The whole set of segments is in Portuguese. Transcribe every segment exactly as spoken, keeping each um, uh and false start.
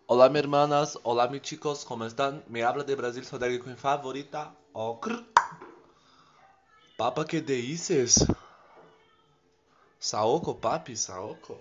Hola, mi hermanas, hola, mis chicos, ¿cómo están? Me habla de Brasil, sou da queen favorita. Oh, crr. Papa, que dices? Saoko, papi, Saoko.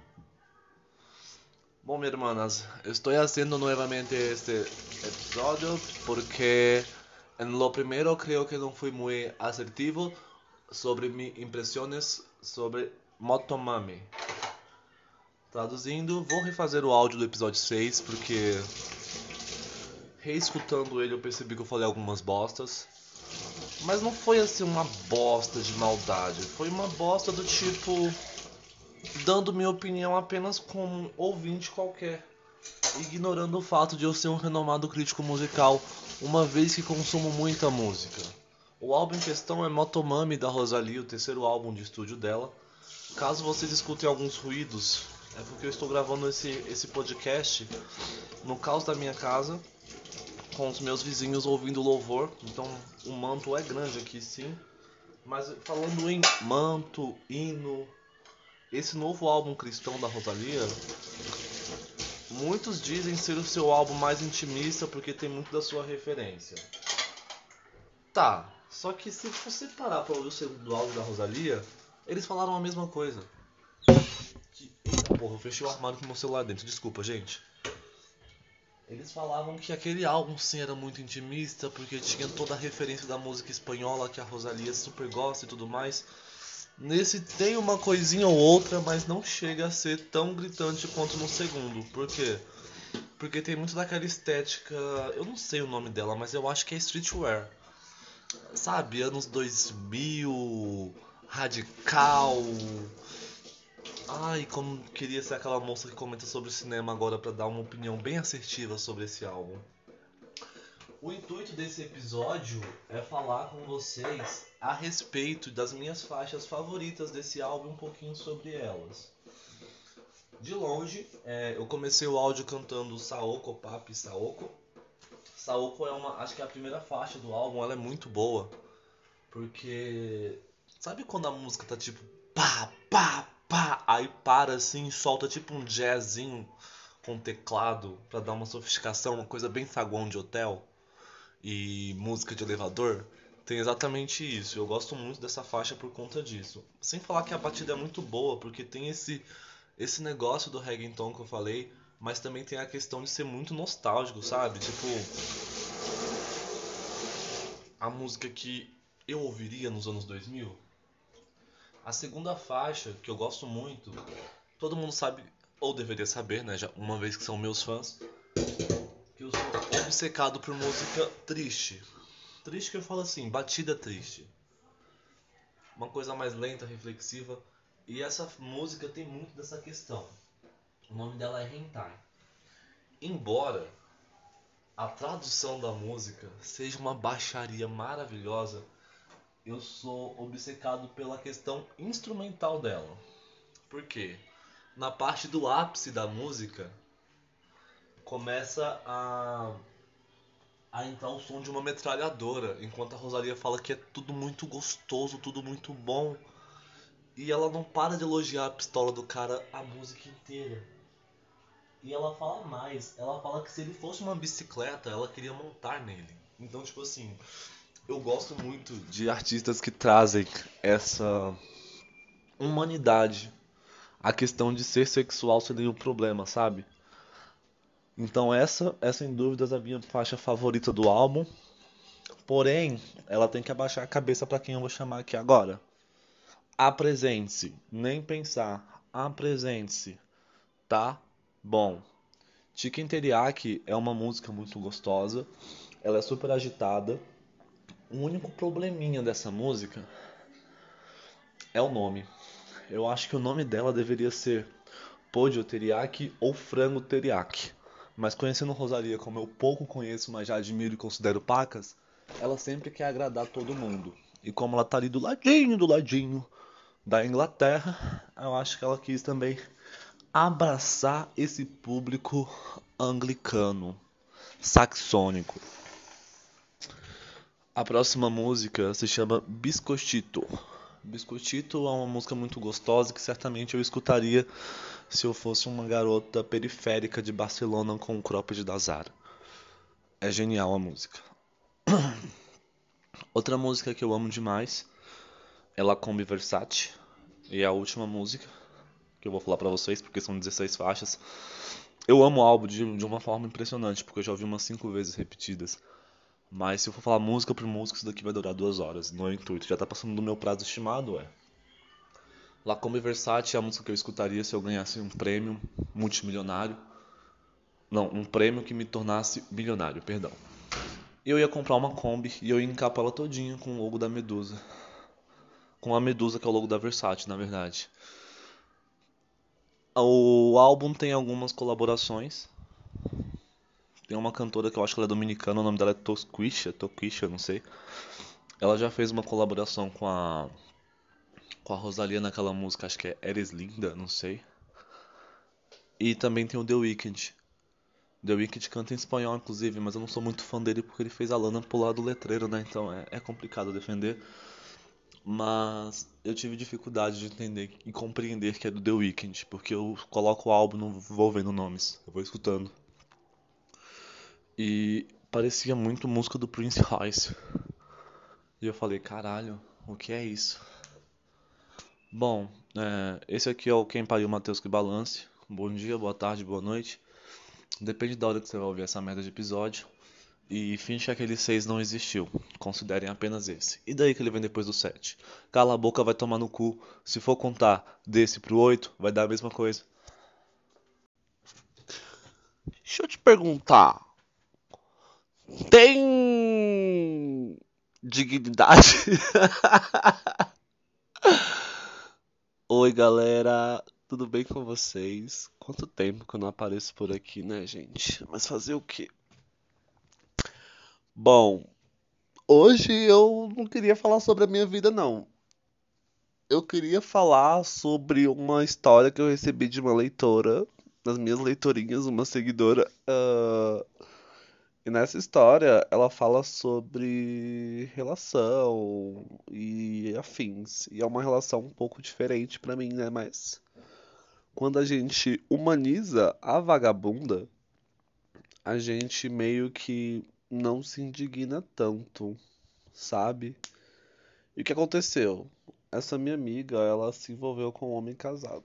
Bom, mi hermanas, estoy haciendo nuevamente este episodio porque en lo primero creo que no fui muy asertivo sobre mis impressões sobre Motomami. Traduzindo, vou refazer o áudio do episódio seis porque reescutando ele eu percebi que eu falei algumas bostas. Mas não foi assim uma bosta de maldade. Foi uma bosta do tipo. Dando minha opinião apenas como um ouvinte qualquer. Ignorando o fato de eu ser um renomado crítico musical, uma vez que consumo muita música. O álbum em questão é Motomami da Rosalie, o terceiro álbum de estúdio dela. Caso vocês escutem alguns ruídos, é porque eu estou gravando esse, esse podcast no caos da minha casa, com os meus vizinhos ouvindo louvor. Então o manto é grande aqui, sim. Mas falando em manto, hino, esse novo álbum cristão da Rosalia, muitos dizem ser o seu álbum mais intimista porque tem muito da sua referência. Tá, só que se você parar pra ouvir o segundo álbum da Rosalia, eles falaram a mesma coisa. Que... Eita porra, eu fechei o armário com o meu celular dentro, desculpa, gente. Eles falavam que aquele álbum sim era muito intimista porque tinha toda a referência da música espanhola que a Rosalia super gosta e tudo mais. Nesse tem uma coisinha ou outra, mas não chega a ser tão gritante quanto no segundo. Por quê? Porque tem muito daquela estética, eu não sei o nome dela, mas eu acho que é streetwear. Sabe, anos dois mil, radical. Ai, como queria ser aquela moça que comenta sobre cinema agora pra dar uma opinião bem assertiva sobre esse álbum. O intuito desse episódio é falar com vocês a respeito das minhas faixas favoritas desse álbum, um pouquinho sobre elas. De longe, é, eu comecei o áudio cantando Saoko, Papi, Saoko. Saoko é uma, acho que é a primeira faixa do álbum, ela é muito boa, porque sabe quando a música tá tipo pá, pá, pá, aí para assim, solta tipo um jazzinho com teclado pra dar uma sofisticação, uma coisa bem saguão de hotel e música de elevador, tem exatamente isso. Eu gosto muito dessa faixa por conta disso. Sem falar que a batida é muito boa, porque tem esse esse negócio do reggaeton que eu falei, mas também tem a questão de ser muito nostálgico, sabe? Tipo, a música que eu ouviria nos anos dois mil. A segunda faixa, que eu gosto muito, todo mundo sabe, ou deveria saber, né, já, uma vez que são meus fãs, que eu sou obcecado por música triste. Triste que eu falo assim, batida triste. Uma coisa mais lenta, reflexiva. E essa música tem muito dessa questão. O nome dela é Hentai. Embora a tradução da música seja uma baixaria maravilhosa, eu sou obcecado pela questão instrumental dela. Por quê? Na parte do ápice da música começa a a entrar o som de uma metralhadora, enquanto a Rosalia fala que é tudo muito gostoso, tudo muito bom. E ela não para de elogiar a pistola do cara a música inteira. E ela fala mais, ela fala que se ele fosse uma bicicleta, ela queria montar nele. Então, tipo assim, eu gosto muito de artistas que trazem essa humanidade. A questão de ser sexual sem nenhum problema, sabe? Então essa é sem dúvidas a minha faixa favorita do álbum. Porém, ela tem que abaixar a cabeça pra quem eu vou chamar aqui agora. Apresente-se, nem pensar. Apresente-se, tá bom. Chicken Teriyaki é uma música muito gostosa. Ela é super agitada. O único probleminha dessa música é o nome. Eu acho que o nome dela deveria ser Podio Teriyaki ou Frango Teriyaki. Mas conhecendo Rosalia como eu pouco conheço, mas já admiro e considero pacas, ela sempre quer agradar todo mundo. E como ela tá ali do ladinho, do ladinho da Inglaterra, eu acho que ela quis também abraçar esse público anglicano, saxônico. A próxima música se chama Biscochito. Biscoitito é uma música muito gostosa que certamente eu escutaria se eu fosse uma garota periférica de Barcelona com o cropped da Zara. É genial a música. Outra música que eu amo demais é La Combi Versace. E é a última música que eu vou falar pra vocês, porque são dezesseis faixas. Eu amo o álbum de, de uma forma impressionante, porque eu já ouvi umas cinco vezes repetidas. Mas se eu for falar música por música, isso daqui vai durar duas horas. Não é intuito, já tá passando do meu prazo estimado, é. La Combi Versace é a música que eu escutaria se eu ganhasse um prêmio multimilionário. Não, um prêmio que me tornasse milionário, perdão. Eu ia comprar uma Kombi e eu ia encapar ela todinha com o logo da Medusa. Com a Medusa, que é o logo da Versace, na verdade. O álbum tem algumas colaborações. Tem uma cantora que eu acho que ela é dominicana, o nome dela é Tosquisha, Toquisha, não sei. Ela já fez uma colaboração com a com a Rosalía naquela música, acho que é Eres Linda, não sei. E também tem o The Weeknd. The Weeknd canta em espanhol, inclusive, mas eu não sou muito fã dele porque ele fez a Lana pular do letreiro, né? Então é, é complicado defender. Mas eu tive dificuldade de entender e compreender que é do The Weeknd, porque eu coloco o álbum, não vou vendo nomes, eu vou escutando. E parecia muito música do Prince Royce. E eu falei, caralho, o que é isso? Bom, é, esse aqui é o Quem Pariu Matheus que Balance. Bom dia, boa tarde, boa noite. Depende da hora que você vai ouvir essa merda de episódio. E finge que aquele seis não existiu. Considerem apenas esse. E daí que ele vem depois do sete? Cala a boca, vai tomar no cu. Se for contar desse pro oito, vai dar a mesma coisa. Deixa eu te perguntar. Tem dignidade? Oi, galera. Tudo bem com vocês? Quanto tempo que eu não apareço por aqui, né, gente? Mas fazer o quê? Bom, hoje eu não queria falar sobre a minha vida, não. Eu queria falar sobre uma história que eu recebi de uma leitora, das minhas leitorinhas, uma seguidora. ah, E nessa história ela fala sobre relação e afins. E é uma relação um pouco diferente pra mim, né? Mas quando a gente humaniza a vagabunda, a gente meio que não se indigna tanto, sabe? E o que aconteceu? Essa minha amiga, ela se envolveu com um homem casado.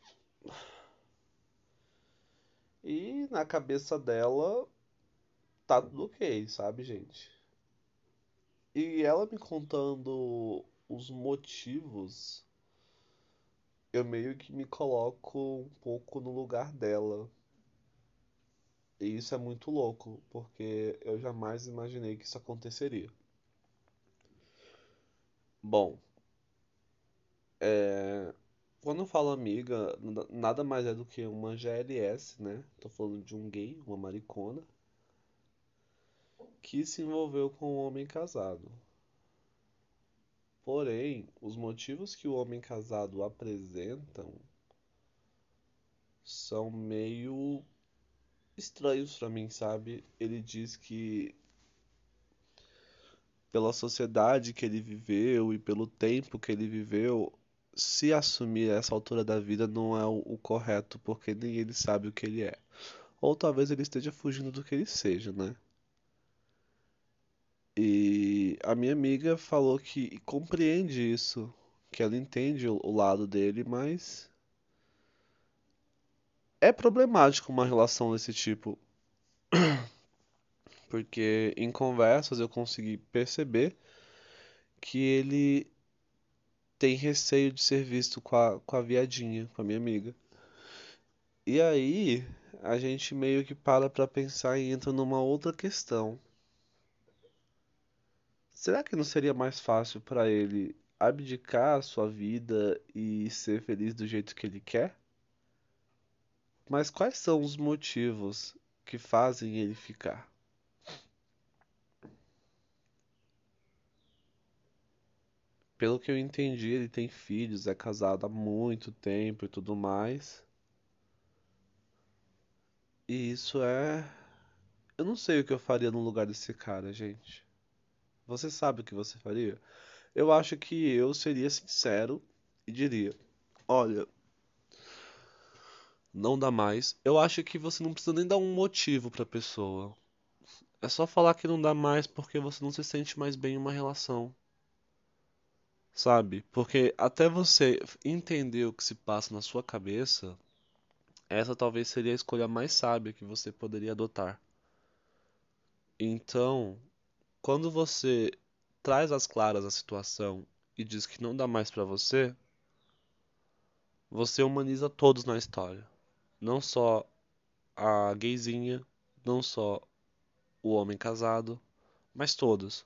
E na cabeça dela tá tudo ok, sabe, gente? E ela me contando os motivos, eu meio que me coloco um pouco no lugar dela. E isso é muito louco, porque eu jamais imaginei que isso aconteceria. Bom, é... quando eu falo amiga, nada nada mais é do que uma G L S, né? Tô falando de um gay, uma maricona, que se envolveu com um homem casado. Porém, os motivos que o homem casado apresentam são meio estranhos pra mim, sabe? Ele diz que pela sociedade que ele viveu e pelo tempo que ele viveu, se assumir essa altura da vida não é o, o correto, porque nem ele sabe o que ele é. Ou talvez ele esteja fugindo do que ele seja, né? E a minha amiga falou que compreende isso, que ela entende o, o lado dele, mas é problemático uma relação desse tipo, porque em conversas eu consegui perceber que ele tem receio de ser visto com a, com a viadinha, com a minha amiga. E aí, a gente meio que para pra pensar e entra numa outra questão. Será que não seria mais fácil pra ele abdicar a sua vida e ser feliz do jeito que ele quer? Mas quais são os motivos que fazem ele ficar? Pelo que eu entendi, ele tem filhos, é casado há muito tempo e tudo mais. E isso é. Eu não sei o que eu faria no lugar desse cara, gente. Você sabe o que você faria? eu acho que eu seria sincero e diria: olha, não dá mais. Eu acho que você não precisa nem dar um motivo pra pessoa. É só falar que não dá mais porque você não se sente mais bem em uma relação, sabe? Porque até você entender o que se passa na sua cabeça, essa talvez seria a escolha mais sábia que você poderia adotar. Então, quando você traz às claras a situação e diz que não dá mais pra você, você humaniza todos na história. Não só a gayzinha, não só o homem casado, mas todos.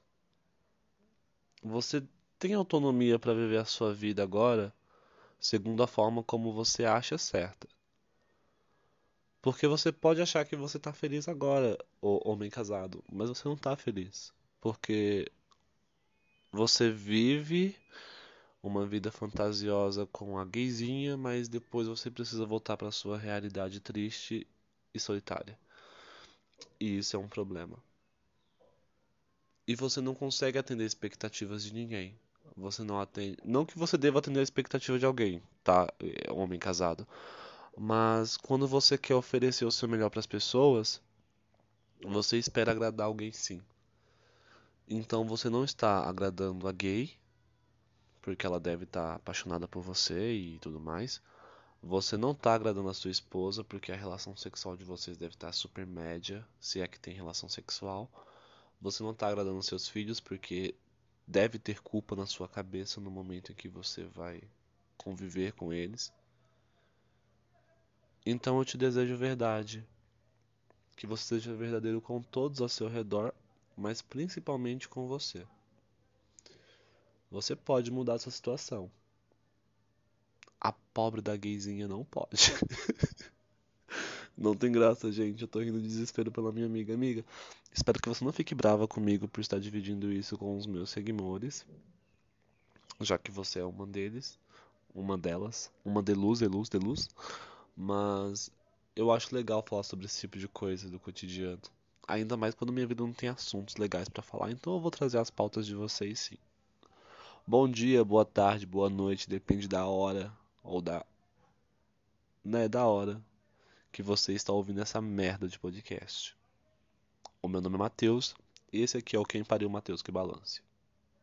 Você tem autonomia para viver a sua vida agora, segundo a forma como você acha certa. Porque você pode achar que você tá feliz agora, o homem casado, mas você não tá feliz. Porque você vive uma vida fantasiosa com a gayzinha, mas depois você precisa voltar para sua realidade triste e solitária. E isso é um problema. E você não consegue atender expectativas de ninguém. Você não atende. Não que você deva atender a expectativa de alguém, tá? É um homem casado. Mas quando você quer oferecer o seu melhor para as pessoas, você espera agradar alguém sim. Então você não está agradando a gay, porque ela deve estar apaixonada por você e tudo mais. Você não está agradando a sua esposa, porque a relação sexual de vocês deve estar super média, se é que tem relação sexual. Você não está agradando seus filhos, porque deve ter culpa na sua cabeça no momento em que você vai conviver com eles. Então eu te desejo verdade, que você seja verdadeiro com todos ao seu redor, mas principalmente com você. Você pode mudar sua situação. A pobre da gayzinha não pode. Não tem graça, gente. Eu tô rindo de desespero pela minha amiga. Amiga, espero que você não fique brava comigo por estar dividindo isso com os meus seguidores, já que você é uma deles, uma delas, uma de luz, de luz, de luz. Mas eu acho legal falar sobre esse tipo de coisa do cotidiano. Ainda mais quando minha vida não tem assuntos legais pra falar, então eu vou trazer as pautas de vocês sim. Bom dia, boa tarde, boa noite, depende da hora ou da, né, da hora que você está ouvindo essa merda de podcast. O meu nome é Matheus e esse aqui é o Quem Pariu Matheus que Balance.